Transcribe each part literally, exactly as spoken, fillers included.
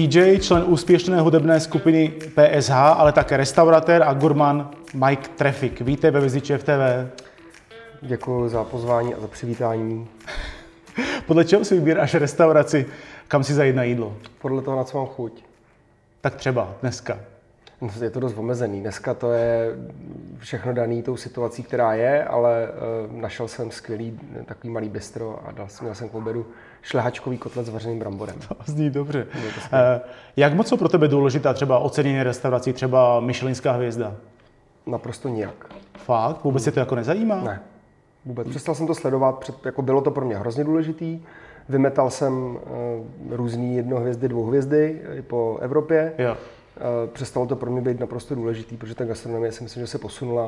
dý džej, člen úspěšné hudebné skupiny P S H, ale také restauratér a gurman Mike Trefik. Vítej ve Vizi F T V. Děkuji za pozvání a za přivítání. Podle čeho si vybíráš restauraci, kam si zajít na jídlo? Podle toho, na co mám chuť. Tak třeba dneska. No, je to dost omezený. Dneska to je všechno daný tou situací, která je, ale uh, našel jsem skvělý takový malý bistro a dal jsem, měl jsem k obědu šlehačkový kotlet s vařeným bramborem. To zní dobře. Uh, jak moc jsou pro tebe důležitá třeba ocenění restaurací, třeba Michelinská hvězda? Naprosto nijak. Fakt? Vůbec se to jako nezajímá? Ne. Vůbec. Přestal jsem to sledovat, před, jako bylo to pro mě hrozně důležitý. Vymetal jsem uh, různý jednohvězdy, dvouhvězdy po Evropě. Jo. Uh, přestalo to pro mě být naprosto důležitý, protože ta gastronomie si myslím, že se posunula. Uh,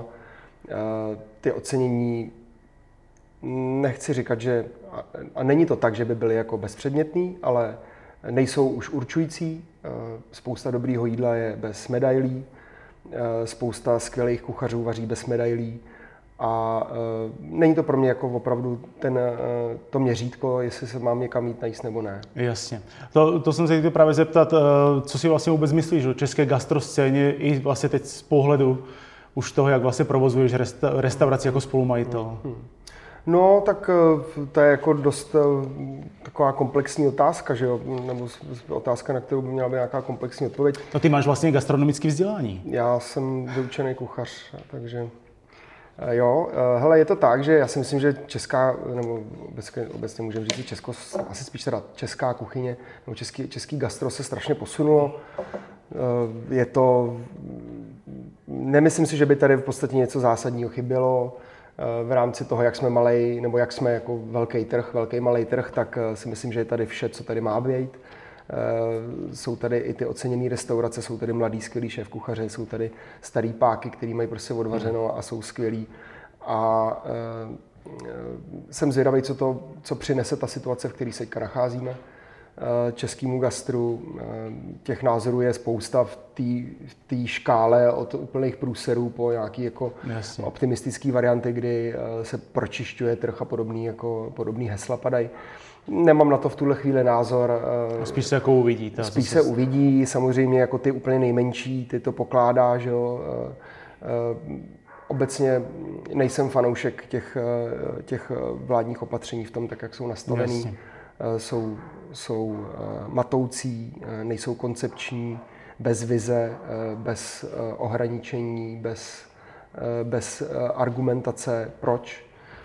ty ocenění, nechci říkat, že, a, a není to tak, že by byly jako bezpředmětný, ale nejsou už určující. Uh, spousta dobrýho jídla je bez medailí, uh, spousta skvělých kuchařů vaří bez medailí. A uh, není to pro mě jako opravdu ten, uh, to měřítko, jestli se mám někam jít najíst nebo ne. Jasně. To, to jsem se chtěl právě zeptat, uh, co si vlastně vůbec myslíš o české gastroscéně i vlastně teď z pohledu už toho, jak vlastně provozuješ resta, restauraci jako spolumajitel. Hmm. No, tak uh, to je jako dost uh, taková komplexní otázka, že jo? Nebo otázka, na kterou by měla být nějaká komplexní odpověď. No, ty máš vlastně gastronomické vzdělání. Já jsem vyučený kuchař, takže... Jo, hele, je to tak, že já si myslím, že česká, nebo obecně, obecně můžeme říct Česko, asi spíš teda česká kuchyně, nebo český, český gastro se strašně posunulo. Je to, nemyslím si, že by tady v podstatě něco zásadního chybělo. V rámci toho, jak jsme malej, nebo jak jsme jako velký trh, velký malej trh, tak si myslím, že je tady vše, co tady má být. Jsou tady i ty oceněné restaurace, jsou tady mladý, skvělý šéfkuchaře, jsou tady starý páky, který mají prostě odvařeno a jsou skvělí. A e, jsem zvědavý, co, to, co přinese ta situace, v které se teďka nacházíme. E, českému gastru e, těch názorů je spousta v té škále od úplných průserů po nějaký jako optimistický varianty, kdy e, se pročišťuje trh a podobný, jako, podobný hesla padají. Nemám na to v tuhle chvíli názor. Spíš se jako uvidí. Ta, Spíš se uvidí, samozřejmě jako ty úplně nejmenší, ty to pokládá, že jo. Obecně nejsem fanoušek těch, těch vládních opatření v tom, tak jak jsou nastavený. Jsou, jsou matoucí, nejsou koncepční, bez vize, bez ohraničení, bez, bez argumentace, proč.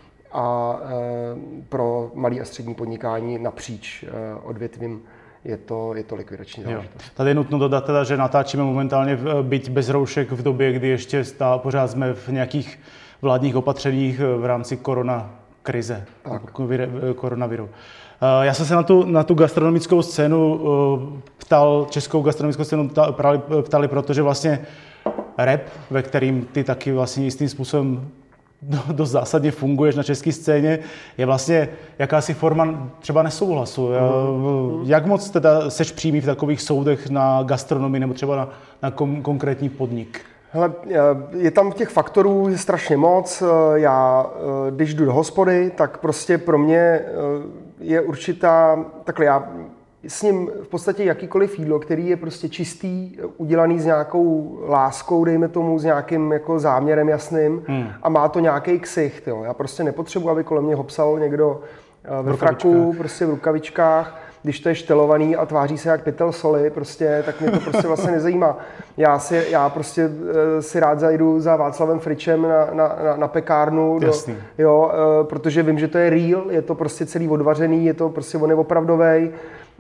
A e, pro malé a střední podnikání napříč e, odvětvím je to, je to likvidační záležitost. Tady je nutno dodat teda, že natáčíme momentálně byť bez roušek v době, kdy ještě stále pořád jsme v nějakých vládních opatřeních v rámci korona krize, koronaviru. Já jsem se na tu, na tu gastronomickou scénu ptal, českou gastronomickou scénu ptali, ptali, protože vlastně rap, ve kterým ty taky vlastně jistým způsobem dost zásadně funguješ na české scéně, je vlastně jakási forma třeba nesouhlasu. Mm. Jak moc teda seš přímý v takových soudech na gastronomii nebo třeba na, na kom, konkrétní podnik? Hele, je tam těch faktorů strašně moc. Já, když jdu do hospody, tak prostě pro mě je určitá, takhle já s ním v podstatě jakýkoliv jídlo, který je prostě čistý, udělaný s nějakou láskou, dejme tomu, s nějakým jako záměrem jasným hmm. a má to nějaký ksicht. Jo. Já prostě nepotřebuji, aby kolem mě hopsal někdo ve fraku, prostě v rukavičkách. Když to je štelovaný a tváří se jak pytel soli, prostě, tak mě to prostě vlastně nezajímá. Já, si, já prostě si rád zajdu za Václavem Fričem na, na, na, na pekárnu, do, jo, protože vím, že to je real, je to prostě celý odvařený, je to prostě on je opravdovej.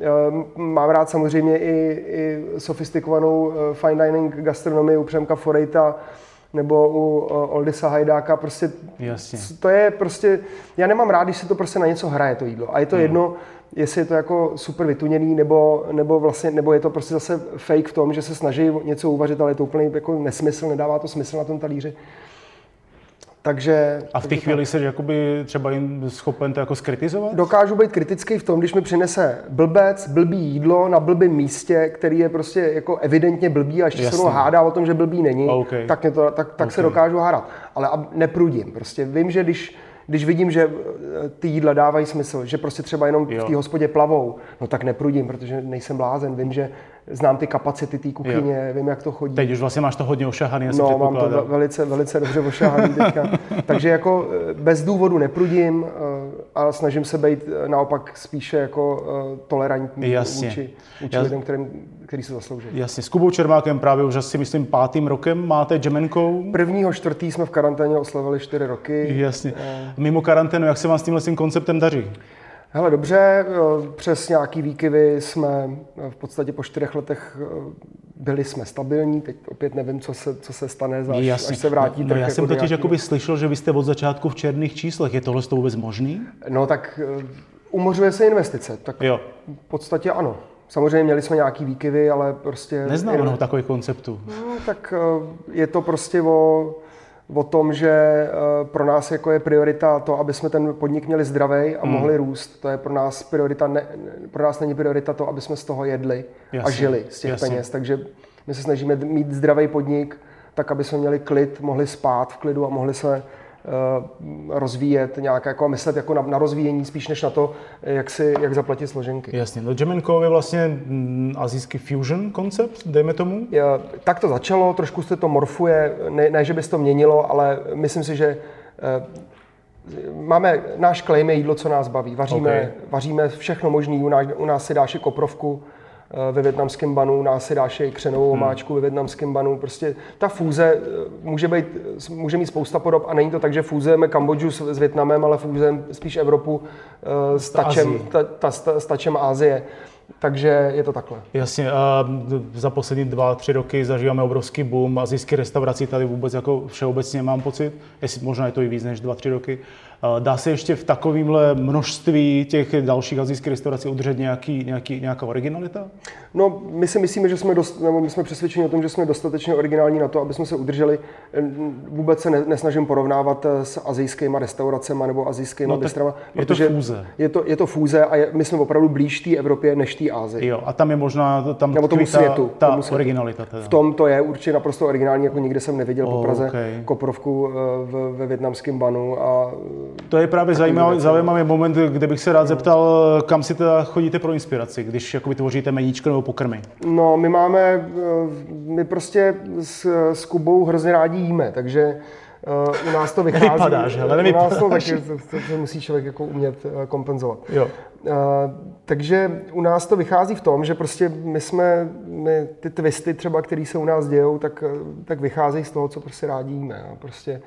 Mám rád samozřejmě i, i sofistikovanou fine dining gastronomii u Přemka Forejta nebo u Oldisa Hajdáka. Prostě Jasně. To je prostě, já nemám rád, když se to prostě na něco hraje, to jídlo. A je to hmm. jedno, jestli je to jako super vytuněný, nebo, nebo, vlastně, nebo je to prostě zase fake v tom, že se snaží něco uvařit, ale je to úplně jako nesmysl, nedává to smysl na tom talíři. Takže, a v té chvíli jsi jakoby třeba jim schopen to jako skritizovat? Dokážu být kritický v tom, když mi přinese blbec, blbý jídlo na blbým místě, který je prostě jako evidentně blbý a ještě Jasný. se mnou hádá o tom, že blbý není, okay. tak, mě to, tak, tak okay. se dokážu hádat. Ale neprudím. Prostě vím, že když když vidím, že ty jídla dávají smysl, že prostě třeba jenom jo. v té hospodě plavou, no tak neprudím, protože nejsem blázen, vím, že znám ty kapacity té kuchyně, jo. vím, jak to chodí. Teď už vlastně máš to hodně ošahaný, asi no, mám to velice, velice dobře ošahaný teďka. Takže jako bez důvodu neprudím a snažím se být naopak spíše jako tolerantní Jasně. vůči, vůči Jas... lidem, kterým, který se zaslouží. Jasně. S Kubou Čermákem právě už asi myslím pátým rokem máte Gemenkou. Prvního čtvrtý jsme v karanténě oslavili čtyři roky. Jasně. Mimo karanténu, jak se vám s tímhle tím konceptem daří? Hele, dobře, přes nějaký výkyvy jsme v podstatě po čtyřech letech byli jsme stabilní, teď opět nevím, co se, co se stane, až, až se vrátí. No, no já jsem totiž nějaký... jakoby slyšel, že vy jste od začátku v černých číslech. Je tohle vůbec možný? No tak umořuje se investice, tak jo. v podstatě ano. Samozřejmě měli jsme nějaký výkyvy, ale prostě... Neznám jenom takových konceptů. No, tak je to prostě o... o tom, že pro nás jako je priorita to, aby jsme ten podnik měli zdravý a hmm. mohli růst. To je pro nás priorita, ne, pro nás není priorita to, aby jsme z toho jedli jasně, a žili z těch jasně. peněz. Takže my se snažíme mít zdravý podnik, tak aby jsme měli klid, mohli spát v klidu a mohli se uh, rozvíjet nějak jako myslet jako na, na rozvíjení spíš než na to, jak si jak zaplatit složenky. Jasně. No Gemenko je vlastně mm, asijský fusion koncept, dejme tomu? Ja, tak to začalo, trošku se to morfuje, ne, ne že by se to měnilo, ale myslím si, že uh, máme, náš claim je jídlo, co nás baví. Vaříme, okay. vaříme všechno možné, u nás, u nás si dáš i koprovku ve vietnamském banu, u nás si dáš i křenovou omáčku hmm. ve vietnamském banu. Prostě ta fúze může, být, může mít spousta podob a není to tak, že fúzujeme Kambodžu s, s Vietnamem, ale fúzujeme spíš Evropu uh, s, tačem, ta, ta, s tačem Asie. Takže je to takhle. Jasně, a za poslední dva, tři roky zažíváme obrovský boom asijských restaurací tady vůbec jako všeobecně mám pocit, jestli možná je to i víc než dva, tři roky. Dá se ještě v takovémhle množství těch dalších asijských restaurací udržet nějaký, nějaký, nějaká originalita? No, my si myslíme, že jsme, dost, nebo my jsme přesvědčeni o tom, že jsme dostatečně originální na to, aby jsme se udrželi. Vůbec se nesnažím porovnávat s asijskýma restauracemi nebo asijskýma no, bistrama. Je to fúze. Je to, je to fúze a je, my jsme opravdu blíž té Evropě než té Asii. Jo, a tam je možná tam nebo tomu světu, ta tomu světu. Originalita. Teda. V tom to je určitě naprosto originální, jako nikde jsem neviděl oh, po Praze okay. koprovku v, ve vietnamském banu. A to je právě zajímavý, zajímavý moment, kde bych se rád zeptal, kam si teda chodíte pro inspiraci, když jakoby tvoříte meníčko nebo pokrmy? No, my máme, my prostě s, s Kubou hrozně rádi jíme, takže uh, u nás to vychází. Nevypadáš, hele, nevypadáš. U nás to taky, to, to, to musí člověk jako umět kompenzovat. Jo. Uh, takže u nás to vychází v tom, že prostě my jsme, my ty twisty třeba, které se u nás dějou, tak, tak vycházejí z toho, co prostě rádi jíme. Prostě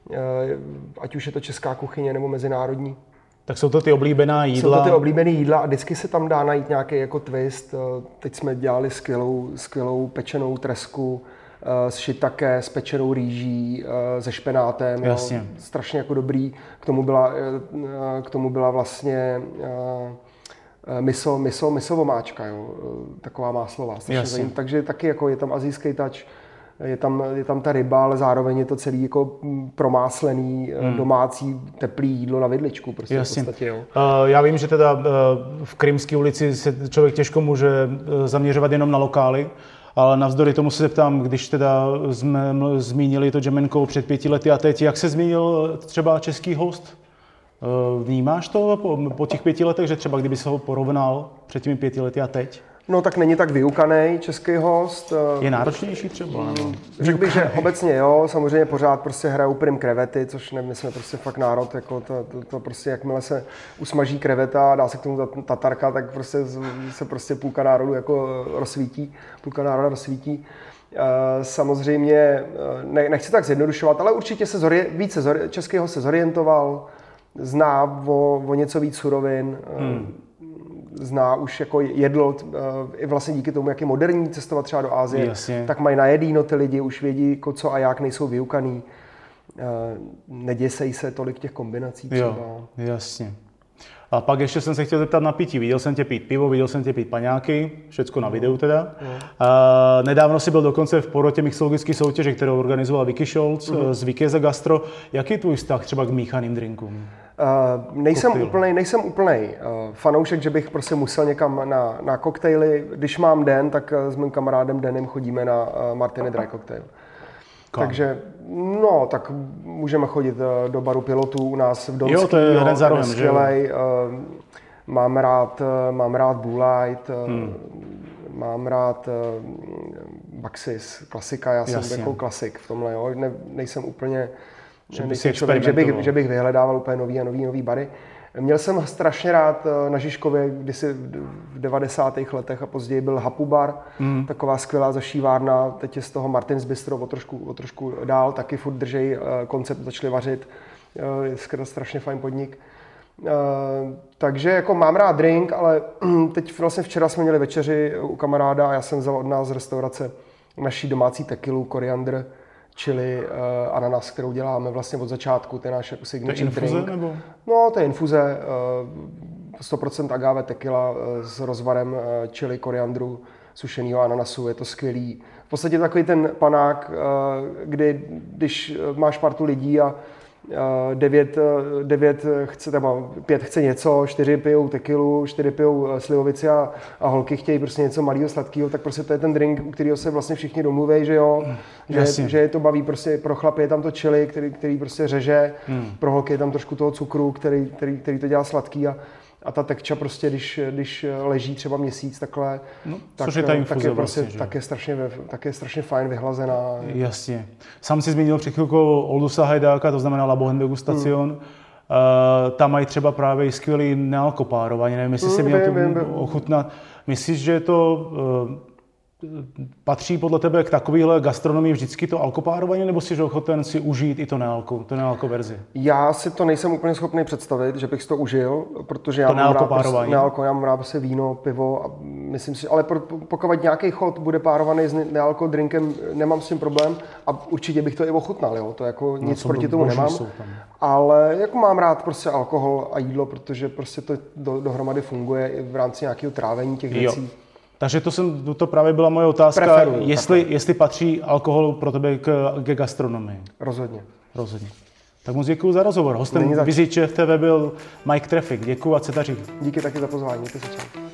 ať už je to česká kuchyně nebo mezinárodní. Tak jsou to ty oblíbená jídla? Jsou to ty oblíbené jídla a vždycky se tam dá najít nějaký jako twist. Teď jsme dělali skvělou, skvělou pečenou tresku s shiitake, s pečenou rýží, se špenátem. Jasně. Jo, strašně jako dobrý. K tomu byla, k tomu byla vlastně miso, miso, miso omáčka, jo, taková máslová. Takže taky jako je tam asijský touch. Je tam, je tam ta ryba, ale zároveň je to celý jako promáslený, hmm. domácí, teplý jídlo na vidličku. Prostě Jasně. V podstatě, jo. Uh, já vím, že teda uh, v Krymské ulici se člověk těžko může zaměřovat jenom na lokály, ale navzdory tomu se zeptám, když teda jsme zmínili to Gemenko před pěti lety a teď, jak se změnil třeba český host? Uh, vnímáš to po, po těch pěti letech, že třeba kdyby se ho porovnal před těmi pěti lety a teď? No tak není tak vyukaný český host. Je náročnější třeba? Mm, řekl bych, že obecně jo, samozřejmě pořád prostě hrajou prim krevety, což ne, my jsme prostě fakt národ, jako to, to, to prostě jakmile se usmaží kreveta a dá se k tomu tatarka, tak prostě se prostě půlka národu jako rozsvítí, půlka národa rozsvítí. Samozřejmě ne, nechci tak zjednodušovat, ale určitě se zori, více zori, českého se zorientoval, zná o, o něco víc surovin, hmm. zná už jako jedl, i vlastně díky tomu, jak je moderní cestovat třeba do Asie, Jasně. tak mají najedíno ty lidi, už vědí, jako co a jak, nejsou vyukaný. Neděsej se tolik těch kombinací třeba. Jo, jasně. A pak ještě jsem se chtěl zeptat na pití. Viděl jsem tě pít pivo, viděl jsem tě pít paňáky, všecko na videu teda. No. A nedávno si byl dokonce v porotě mixologické soutěže, kterou organizoval Vicky Scholz uh-huh. z Vikeze Gastro. Jaký je tvůj vztah třeba k míchaným drinkům? Uh, nejsem úplnej, nejsem úplnej uh, fanoušek, že bych prostě musel někam na, na koktejly. Když mám den, tak s mým kamarádem Denem chodíme na uh, Martini Dry Cocktail. Klam. Takže, no, tak můžeme chodit do baru Pilotů u nás v Donský. Jo, to je hned za rohem, že jo? Mám rád, mám rád Blue Light, hmm. mám rád Baxis, klasika, já Jasně. jsem jako klasik v tomhle, jo. Ne, nejsem úplně, že, nejsem člověk, že, bych, že bych vyhledával úplně nový a nový, nový bary. Měl jsem strašně rád na Žižkově, kdysi v devadesátých letech a později byl Hapu bar, mm. taková skvělá zašívárna, teď je z toho Martin's Bistro o trošku, o trošku dál, taky furt držej koncept, začali vařit, je strašně fajn podnik. Takže jako mám rád drink, ale teď vlastně včera jsme měli večeři u kamaráda a já jsem vzal od nás z restaurace naší domácí tequilu, koriandr, čili uh, ananas, kterou děláme vlastně od začátku, to je náš jako signature drink. To je infuze nebo? No, to je infuze, uh, sto procent agave tequila uh, s rozvarem uh, čili, koriandru, sušenýho ananasu, je to skvělý. V podstatě takový ten panák, uh, kdy když máš partu lidí a Devět, devět chce, nebo pět chce něco, čtyři pijou tequilu, čtyři pijou slivovici a, a holky chtějí prostě něco malého, sladkého, tak prostě to je ten drink, u kterého se vlastně všichni domluví, že jo, že, že je to baví, prostě pro chlapy je tam to chili, který, který prostě řeže, hmm. pro holky je tam trošku toho cukru, který, který, který to dělá sladký a, a ta tekča prostě, když, když leží třeba měsíc takhle, no, tak, je tak, je prostě, vlastně, tak, je strašně, tak je strašně fajn, vyhlazená. Jasně. Sám si zmínil před chvilkou Oldusa Hajdáka, to znamená La Bohème Degustation. Hmm. Uh, tam mají třeba právě skvělý nealkopárování, nevím, jestli hmm, se měl tomu ochutnat. Myslíš, že to uh, patří podle tebe k takovéhle gastronomii vždycky to alkopárování, nebo jsi ochoten si užít i to nealko, to nealko verzi? Já si to nejsem úplně schopný představit, že bych si to užil, protože já to mám rád prostě, nealko, já mám rád prostě víno, pivo a myslím si, ale pokud nějaký chod bude párovaný s nealko drinkem, nemám s tím problém a určitě bych to i ochutnal, jo, to jako no, nic proti tomu nemám, ale jako mám rád prostě alkohol a jídlo, protože prostě to do, dohromady funguje i v rámci nějakého trávení těch věcí. Jo. Takže to, jsem, to právě byla moje otázka, Preferuju, jestli, jestli patří alkohol pro tebe k, k gastronomii. Rozhodně. Rozhodně. Tak moc děkuji za rozhovor. Hostem Viziče T V byl Mike Treffick. Děkuji a cetaří. Díky taky za pozvání. Mějte se čau.